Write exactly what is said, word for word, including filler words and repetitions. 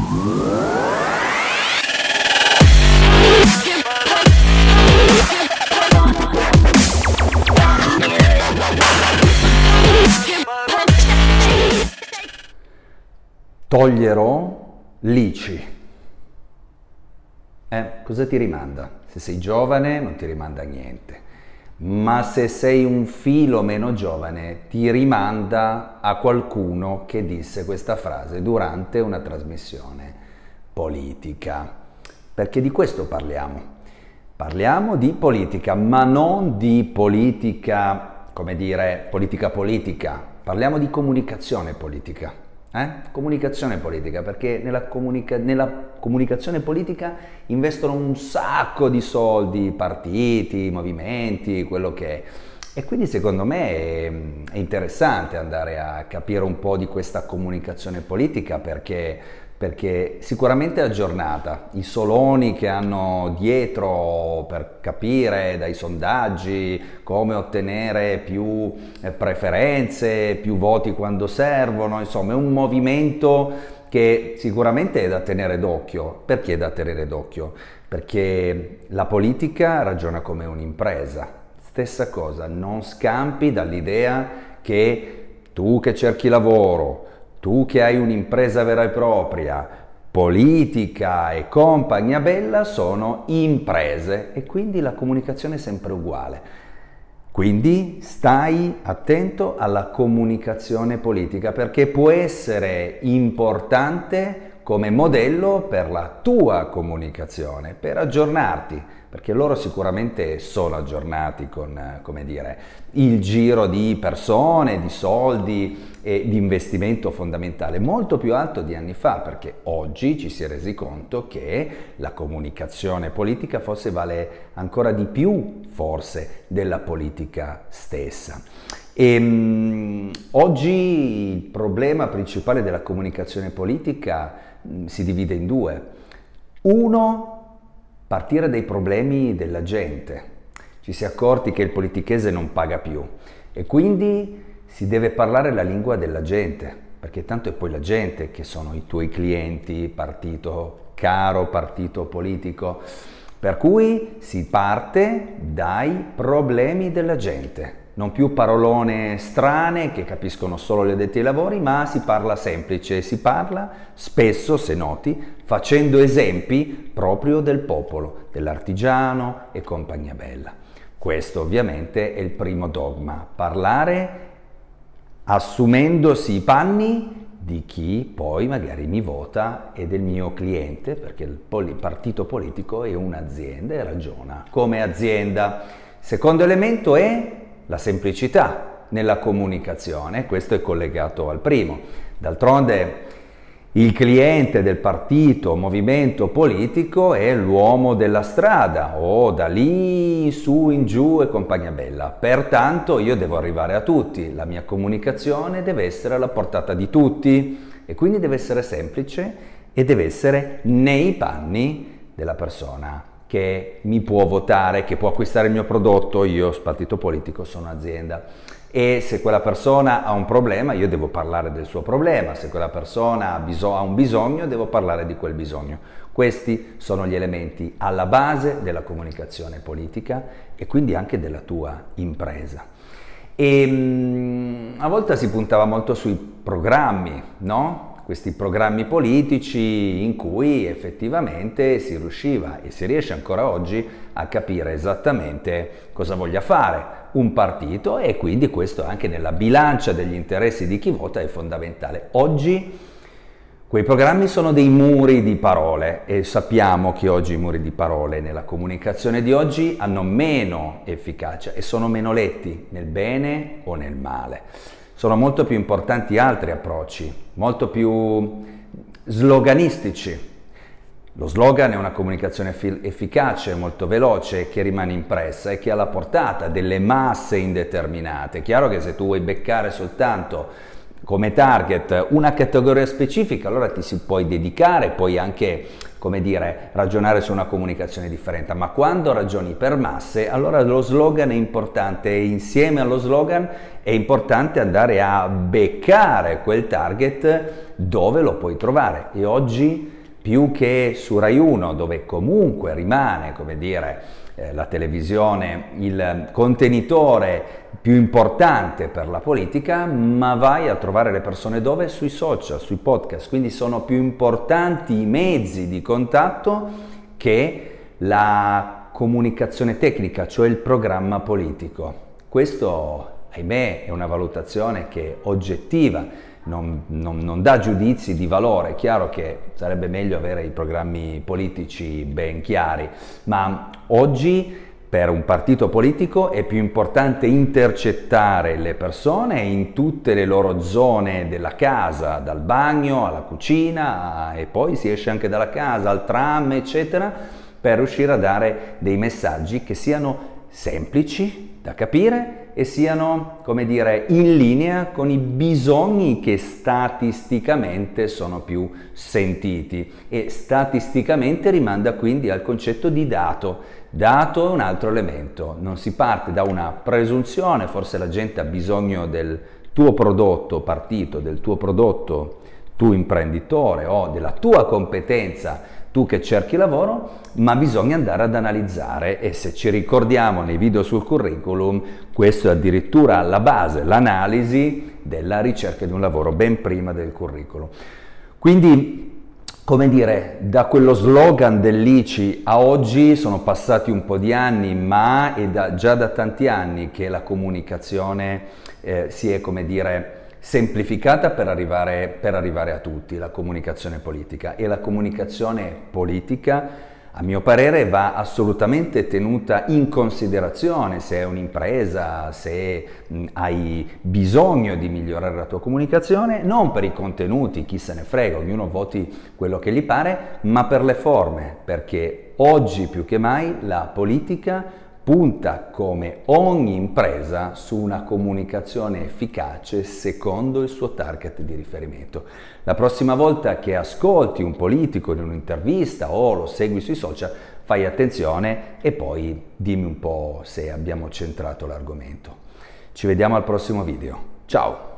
Toglierò l'I C I. Eh, cosa ti rimanda? Se sei giovane non ti rimanda niente, ma se sei un filo meno giovane ti rimanda a qualcuno che disse questa frase durante una trasmissione politica. Perché di questo parliamo. Parliamo di politica, ma non di politica, come dire, politica politica. Parliamo di comunicazione politica. Eh? Comunicazione politica, perché nella, comunica nella comunicazione politica investono un sacco di soldi, partiti, movimenti, quello che è. E quindi secondo me è, è interessante andare a capire un po' di questa comunicazione politica, perché, perché sicuramente è aggiornata. I soloni che hanno dietro per capire dai sondaggi come ottenere più preferenze, più voti quando servono, insomma è un movimento che sicuramente è da tenere d'occhio. Perché è da tenere d'occhio? Perché la politica ragiona come un'impresa. Stessa cosa, non scampi dall'idea che tu che cerchi lavoro, tu che hai un'impresa vera e propria, politica e compagnia bella sono imprese e quindi la comunicazione è sempre uguale. Quindi stai attento alla comunicazione politica, perché può essere importante come modello per la tua comunicazione, per aggiornarti, perché loro sicuramente sono aggiornati con, come dire, il giro di persone, di soldi e di investimento fondamentale molto più alto di anni fa, perché oggi ci si è resi conto che la comunicazione politica forse vale ancora di più, forse, della politica stessa. E, mh, oggi il problema principale della comunicazione politica mh, si divide in due. Uno, partire dai problemi della gente. Ci si è accorti che il politichese non paga più e quindi si deve parlare la lingua della gente, perché tanto è poi la gente che sono i tuoi clienti, partito caro, partito politico. Per cui si parte dai problemi della gente. Non più parolone strane che capiscono solo gli addetti ai lavori, ma si parla semplice, si parla spesso, se noti, facendo esempi proprio del popolo, dell'artigiano e compagnia bella. Questo ovviamente è il primo dogma, parlare assumendosi i panni di chi poi magari mi vota e del mio cliente, perché il partito politico è un'azienda e ragiona come azienda. Secondo elemento è la semplicità nella comunicazione, questo è collegato al primo. D'altronde il cliente del partito, movimento politico è l'uomo della strada o da lì su in giù e compagnia bella. Pertanto io devo arrivare a tutti, la mia comunicazione deve essere alla portata di tutti e quindi deve essere semplice e deve essere nei panni della persona che mi può votare, che può acquistare il mio prodotto. Io, partito politico, sono azienda e se quella persona ha un problema io devo parlare del suo problema, se quella persona ha, bisog- ha un bisogno devo parlare di quel bisogno. Questi sono gli elementi alla base della comunicazione politica e quindi anche della tua impresa. E mh, a volte si puntava molto sui programmi, no? Questi programmi politici in cui effettivamente si riusciva e si riesce ancora oggi a capire esattamente cosa voglia fare un partito e quindi questo anche nella bilancia degli interessi di chi vota è fondamentale. Oggi quei programmi sono dei muri di parole e sappiamo che oggi i muri di parole nella comunicazione di oggi hanno meno efficacia e sono meno letti nel bene o nel male. Sono molto più importanti altri approcci, molto più sloganistici. Lo slogan è una comunicazione efficace, molto veloce, che rimane impressa e che ha la portata delle masse indeterminate. È chiaro che se tu vuoi beccare soltanto come target una categoria specifica, allora ti si puoi dedicare, puoi anche, come dire, ragionare su una comunicazione differente, ma quando ragioni per masse, allora lo slogan è importante e insieme allo slogan è importante andare a beccare quel target dove lo puoi trovare. E oggi più che su Rai uno, dove comunque rimane, come dire, eh, la televisione il contenitore più importante per la politica, ma vai a trovare le persone dove? Sui social, sui podcast, quindi sono più importanti i mezzi di contatto che la comunicazione tecnica, cioè il programma politico. Questo, ahimè, è una valutazione che è oggettiva. Non, non, non dà giudizi di valore. È chiaro che sarebbe meglio avere i programmi politici ben chiari, ma oggi per un partito politico è più importante intercettare le persone in tutte le loro zone della casa, dal bagno alla cucina, e poi si esce anche dalla casa, al tram, eccetera, per riuscire a dare dei messaggi che siano semplici da capire e siano, come dire, in linea con i bisogni che statisticamente sono più sentiti. E statisticamente rimanda quindi al concetto di dato. Dato è un altro elemento, non si parte da una presunzione, forse la gente ha bisogno del tuo prodotto partito, del tuo prodotto tu imprenditore o della tua competenza tu che cerchi lavoro, ma bisogna andare ad analizzare, e se ci ricordiamo nei video sul curriculum, questo è addirittura alla base, l'analisi della ricerca di un lavoro ben prima del curriculum. Quindi, come dire, da quello slogan dell'I C I a oggi sono passati un po' di anni, ma è da, già da tanti anni che la comunicazione eh, si è, come dire, semplificata per arrivare, per arrivare a tutti, la comunicazione politica. E la comunicazione politica, a mio parere, va assolutamente tenuta in considerazione se è un'impresa, se mh, hai bisogno di migliorare la tua comunicazione, non per i contenuti, chi se ne frega, ognuno voti quello che gli pare, ma per le forme, perché oggi più che mai la politica punta, come ogni impresa, su una comunicazione efficace secondo il suo target di riferimento. La prossima volta che ascolti un politico in un'intervista o lo segui sui social, fai attenzione e poi dimmi un po' se abbiamo centrato l'argomento. Ci vediamo al prossimo video. Ciao!